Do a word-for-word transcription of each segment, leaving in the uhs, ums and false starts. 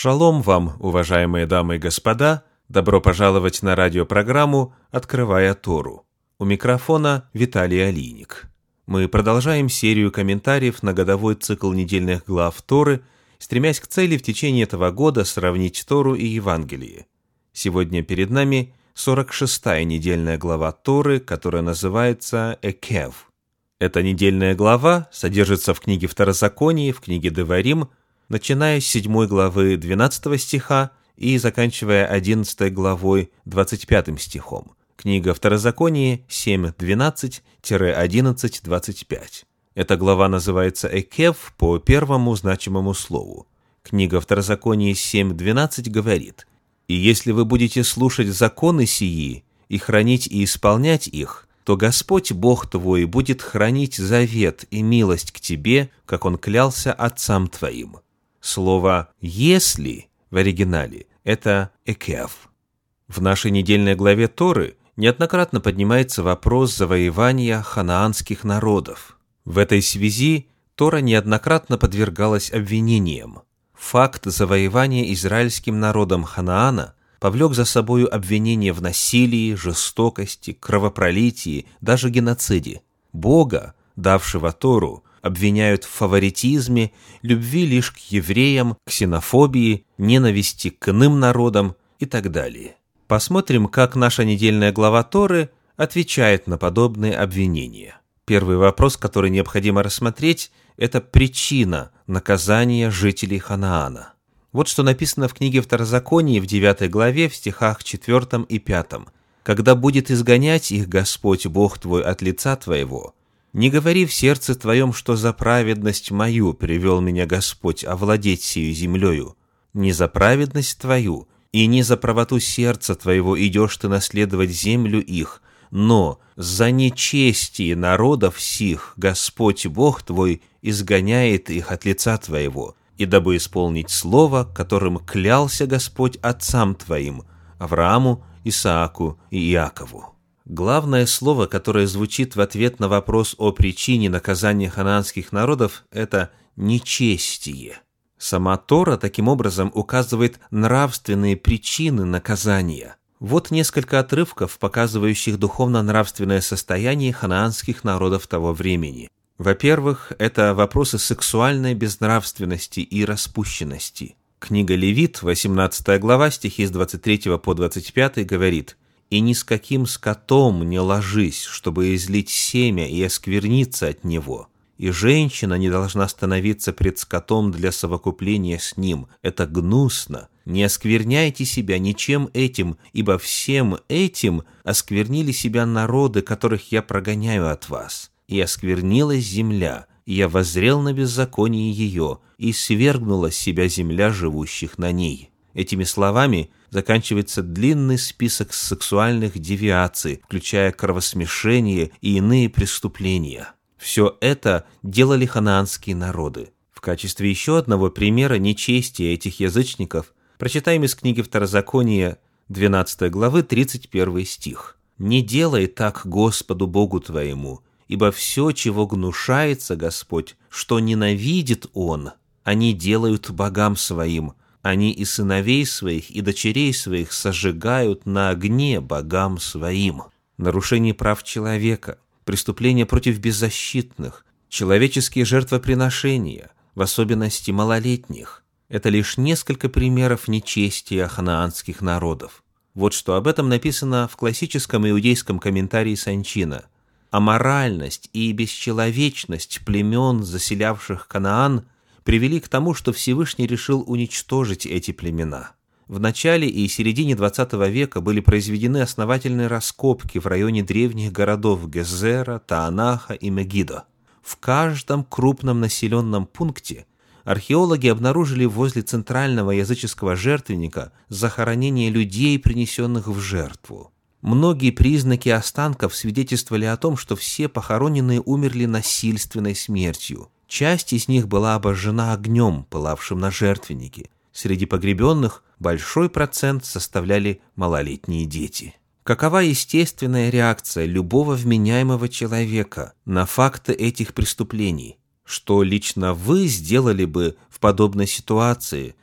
Шалом вам, уважаемые дамы и господа! Добро пожаловать на радиопрограмму «Открывая Тору». У микрофона Виталий Алиник. Мы продолжаем серию комментариев на годовой цикл недельных глав Торы, стремясь к цели в течение этого года сравнить Тору и Евангелие. Сегодня перед нами сорок шестая недельная глава Торы, которая называется «Экев». Эта недельная глава содержится в книге Второзаконие, в книге Деварим, начиная с седьмой главы двенадцатого стиха и заканчивая одиннадцатой главой двадцать пятым стихом. Книга Второзаконие семь двенадцать одиннадцать двадцать пять. Эта глава называется «Экев» по первому значимому слову. Книга Второзаконие семь двенадцать говорит: «И если вы будете слушать законы сии и хранить и исполнять их, то Господь Бог твой будет хранить завет и милость к тебе, как Он клялся отцам твоим». Слово «если» в оригинале – это «экев». В нашей недельной главе Торы неоднократно поднимается вопрос завоевания ханаанских народов. В этой связи Тора неоднократно подвергалась обвинениям. Факт завоевания израильским народом Ханаана повлек за собою обвинения в насилии, жестокости, кровопролитии, даже геноциде. Бога, давшего Тору, обвиняют в фаворитизме, любви лишь к евреям, ксенофобии, ненависти к иным народам и так далее. Посмотрим, как наша недельная глава Торы отвечает на подобные обвинения. Первый вопрос, который необходимо рассмотреть, это причина наказания жителей Ханаана. Вот что написано в книге Второзаконие в девятой главе в стихах четвёртом и пятом. «Когда будет изгонять их Господь Бог твой от лица твоего, не говори в сердце твоем, что за праведность мою привел меня Господь овладеть сию землею. Не за праведность твою и не за правоту сердца твоего идешь ты наследовать землю их, но за нечестие народов сих Господь Бог твой изгоняет их от лица твоего, и дабы исполнить слово, которым клялся Господь отцам твоим, Аврааму, Исааку и Иакову». Главное слово, которое звучит в ответ на вопрос о причине наказания ханаанских народов, это «нечестие». Сама Тора таким образом указывает нравственные причины наказания. Вот несколько отрывков, показывающих духовно-нравственное состояние ханаанских народов того времени. Во-первых, это вопросы сексуальной безнравственности и распущенности. Книга Левит, восемнадцатая глава, стихи с двадцать третьего по двадцать пятый говорит: «И ни с каким скотом не ложись, чтобы излить семя и оскверниться от него. И женщина не должна становиться пред скотом для совокупления с ним. Это гнусно. Не оскверняйте себя ничем этим, ибо всем этим осквернили себя народы, которых я прогоняю от вас. И осквернилась земля, и я воззрел на беззаконие ее, и свергнула с себя земля живущих на ней». Этими словами заканчивается длинный список сексуальных девиаций, включая кровосмешение и иные преступления. Все это делали ханаанские народы. В качестве еще одного примера нечестия этих язычников прочитаем из книги Второзакония двенадцатой главы тридцать первый стих. «Не делай так Господу Богу твоему, ибо все, чего гнушается Господь, что ненавидит Он, они делают богам своим. Они и сыновей своих, и дочерей своих сожигают на огне богам своим». Нарушение прав человека, преступления против беззащитных, человеческие жертвоприношения, в особенности малолетних – это лишь несколько примеров нечестия ханаанских народов. Вот что об этом написано в классическом иудейском комментарии Санчина. Аморальность и бесчеловечность племен, заселявших Канаан, привели к тому, что Всевышний решил уничтожить эти племена. В начале и середине двадцатого века были произведены основательные раскопки в районе древних городов Гезера, Таанаха и Мегидо. В каждом крупном населенном пункте археологи обнаружили возле центрального языческого жертвенника захоронение людей, принесенных в жертву. Многие признаки останков свидетельствовали о том, что все похороненные умерли насильственной смертью. Часть из них была обожжена огнем, пылавшим на жертвеннике. Среди погребенных большой процент составляли малолетние дети. Какова естественная реакция любого вменяемого человека на факты этих преступлений? Что лично вы сделали бы в подобной ситуации,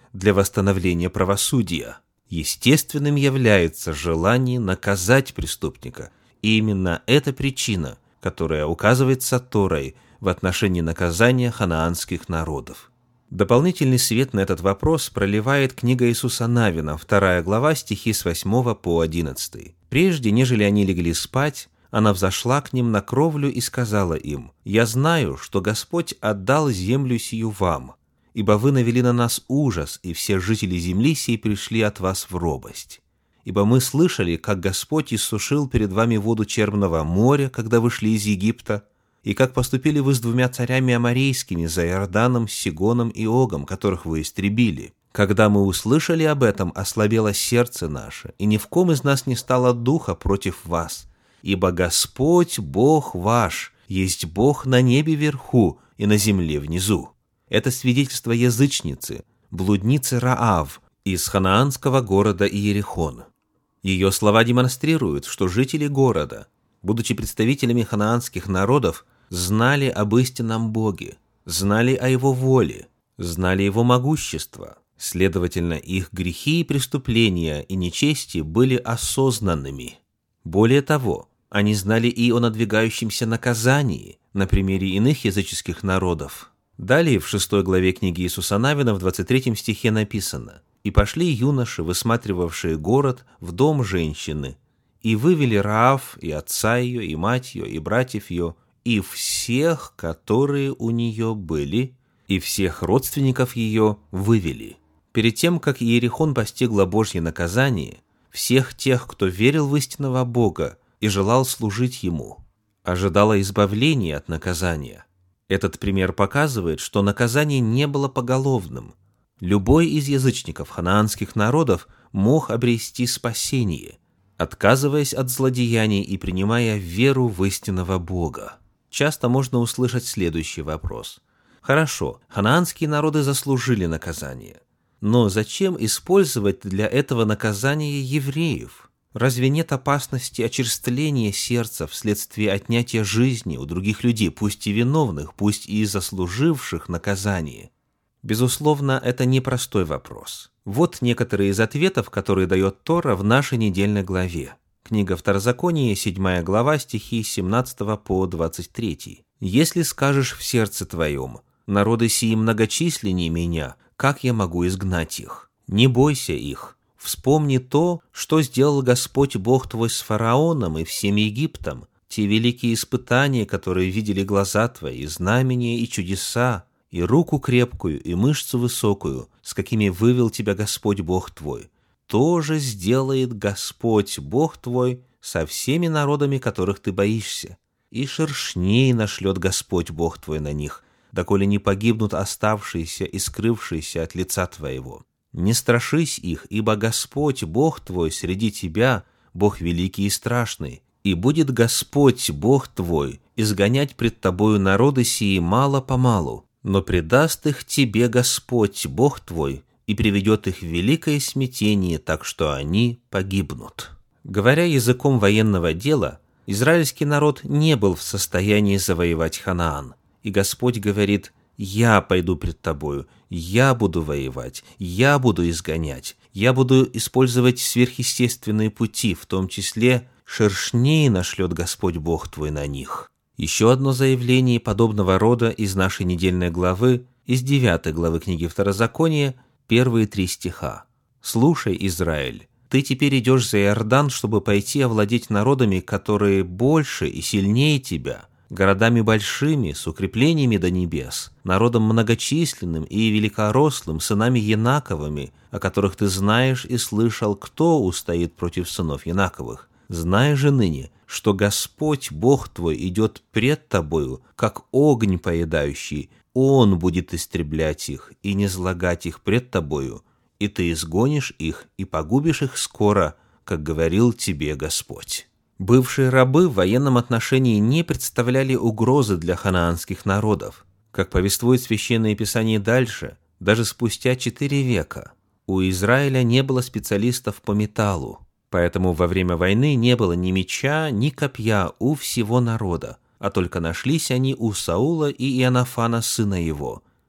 для восстановления правосудия. Естественным является желание наказать преступника. И именно эта причина, которая указывается Торой в отношении наказания ханаанских народов. Дополнительный свет на этот вопрос проливает книга Иисуса Навина, вторая глава, стихи с восьмого по одиннадцатый. «Прежде, нежели они легли спать, она взошла к ним на кровлю и сказала им: «Я знаю, что Господь отдал землю сию вам, ибо вы навели на нас ужас, и все жители земли сей пришли от вас в робость. Ибо мы слышали, как Господь иссушил перед вами воду Черного моря, когда вышли из Египта, и как поступили вы с двумя царями аморейскими за Иорданом, Сигоном и Огом, которых вы истребили. Когда мы услышали об этом, ослабело сердце наше, и ни в ком из нас не стало духа против вас. Ибо Господь, Бог ваш, есть Бог на небе вверху и на земле внизу». Это свидетельство язычницы, блудницы Раав из ханаанского города Иерихон. Ее слова демонстрируют, что жители города, будучи представителями ханаанских народов, знали об истинном Боге, знали о Его воле, знали Его могущество. Следовательно, их грехи и преступления и нечестие были осознанными. Более того, они знали и о надвигающемся наказании на примере иных языческих народов. Далее в шестой главе книги Иисуса Навина в двадцать третьем стихе написано: «И пошли юноши, высматривавшие город, в дом женщины, и вывели Раав, и отца ее, и мать ее, и братьев ее, и всех, которые у нее были, и всех родственников ее вывели». Перед тем, как Иерихон постигло Божье наказание, всех тех, кто верил в истинного Бога и желал служить Ему, ожидало избавления от наказания. Этот пример показывает, что наказание не было поголовным. Любой из язычников ханаанских народов мог обрести спасение, отказываясь от злодеяний и принимая веру в истинного Бога. Часто можно услышать следующий вопрос. Хорошо, ханаанские народы заслужили наказание. Но зачем использовать для этого наказания евреев? Разве нет опасности очерствления сердца вследствие отнятия жизни у других людей, пусть и виновных, пусть и заслуживших наказание? Безусловно, это непростой вопрос. Вот некоторые из ответов, которые дает Тора в нашей недельной главе. Книга Второзакония, седьмая глава, стихи с семнадцатого по двадцать третий. «Если скажешь в сердце твоем: народы сии многочисленнее меня, как я могу изгнать их? Не бойся их. Вспомни то, что сделал Господь Бог твой с фараоном и всем Египтом, те великие испытания, которые видели глаза твои, знамения и чудеса, и руку крепкую, и мышцу высокую, с какими вывел тебя Господь Бог твой. То же сделает Господь Бог твой со всеми народами, которых ты боишься. И шершней нашлет Господь Бог твой на них, доколе не погибнут оставшиеся и скрывшиеся от лица твоего. Не страшись их, ибо Господь, Бог твой, среди тебя, Бог великий и страшный, и будет Господь, Бог твой, изгонять пред тобою народы сии мало-помалу, но предаст их тебе Господь, Бог твой, и приведет их в великое смятение, так что они погибнут». Говоря языком военного дела, израильский народ не был в состоянии завоевать Ханаан, и Господь говорит: «Я пойду пред тобою, я буду воевать, я буду изгонять, я буду использовать сверхъестественные пути, в том числе шершней нашлет Господь Бог твой на них». Еще одно заявление подобного рода из нашей недельной главы, из девятой главы книги Второзакония, первые три стиха. «Слушай, Израиль, ты теперь идешь за Иордан, чтобы пойти овладеть народами, которые больше и сильнее тебя, городами большими, с укреплениями до небес, народом многочисленным и великорослым, сынами Янаковыми, о которых ты знаешь и слышал, кто устоит против сынов Янаковых. Знай же ныне, что Господь, Бог твой, идет пред тобою, как огонь поедающий, Он будет истреблять их и низлагать их пред тобою, и ты изгонишь их и погубишь их скоро, как говорил тебе Господь». Бывшие рабы в военном отношении не представляли угрозы для ханаанских народов. Как повествует Священное Писание дальше, даже спустя четыре века у Израиля не было специалистов по металлу, поэтому во время войны не было ни меча, ни копья у всего народа, а только нашлись они у Саула и Иоаннафана, сына его.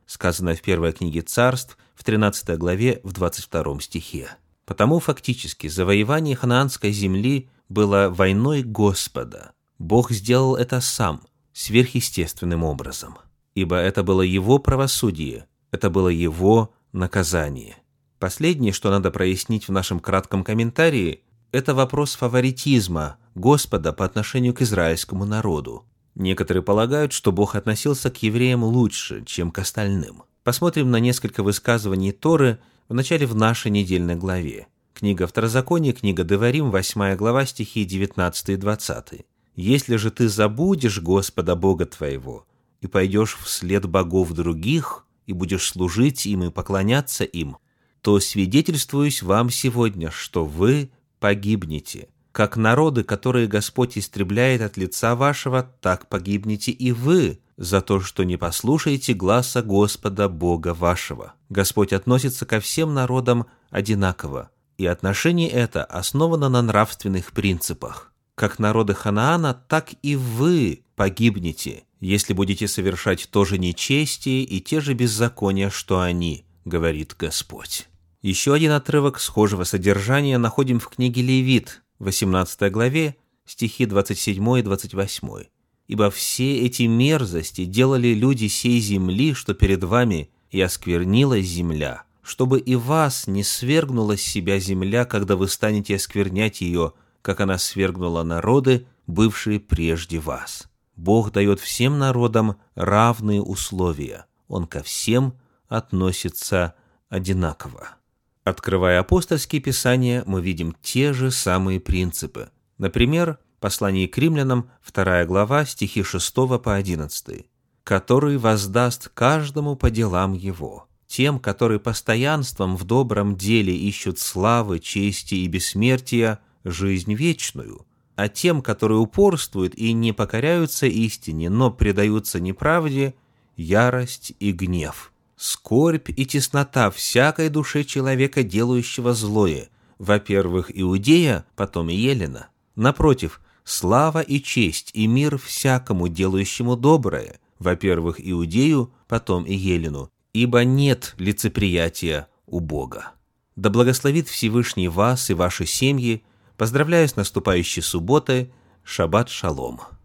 сказано в первой книге Царств, в тринадцатой главе, в двадцать втором стихе. Потому фактически завоевание ханаанской земли было войной Господа. Бог сделал это сам, сверхъестественным образом. Ибо это было Его правосудие, это было Его наказание. Последнее, что надо прояснить в нашем кратком комментарии, это вопрос фаворитизма Господа по отношению к израильскому народу. Некоторые полагают, что Бог относился к евреям лучше, чем к остальным. Посмотрим на несколько высказываний Торы в начале в нашей недельной главе. Книга Второзакония, книга Деварим, восьмая глава, стихи девятнадцатый и двадцатый. «Если же ты забудешь Господа Бога твоего и пойдешь вслед богов других, и будешь служить им и поклоняться им, то свидетельствуюсь вам сегодня, что вы погибнете. Как народы, которые Господь истребляет от лица вашего, так погибнете и вы за то, что не послушаете гласа Господа Бога вашего». Господь относится ко всем народам одинаково, и отношение это основано на нравственных принципах. Как народы Ханаана, так и вы погибнете, если будете совершать то же нечестие и те же беззакония, что они, говорит Господь. Еще один отрывок схожего содержания находим в книге Левит, в восемнадцатой главе, стихи двадцать семь и двадцать восемь. «Ибо все эти мерзости делали люди сей земли, что перед вами, и осквернилась земля, чтобы и вас не свергнула с себя земля, когда вы станете осквернять ее, как она свергнула народы, бывшие прежде вас». Бог дает всем народам равные условия. Он ко всем относится одинаково. Открывая апостольские писания, мы видим те же самые принципы. Например, послание к римлянам, вторая глава, стихи шестого по одиннадцатый. «Который воздаст каждому по делам его, тем, которые постоянством в добром деле ищут славы, чести и бессмертия, жизнь вечную, а тем, которые упорствуют и не покоряются истине, но предаются неправде, ярость и гнев, скорбь и теснота всякой душе человека, делающего злое, во-первых, Иудея, потом и Елена. Напротив, слава и честь и мир всякому, делающему доброе, во-первых, Иудею, потом и Елену, ибо нет лицеприятия у Бога. Да благословит Всевышний вас и ваши семьи. Поздравляю с наступающей субботой. Шаббат шалом.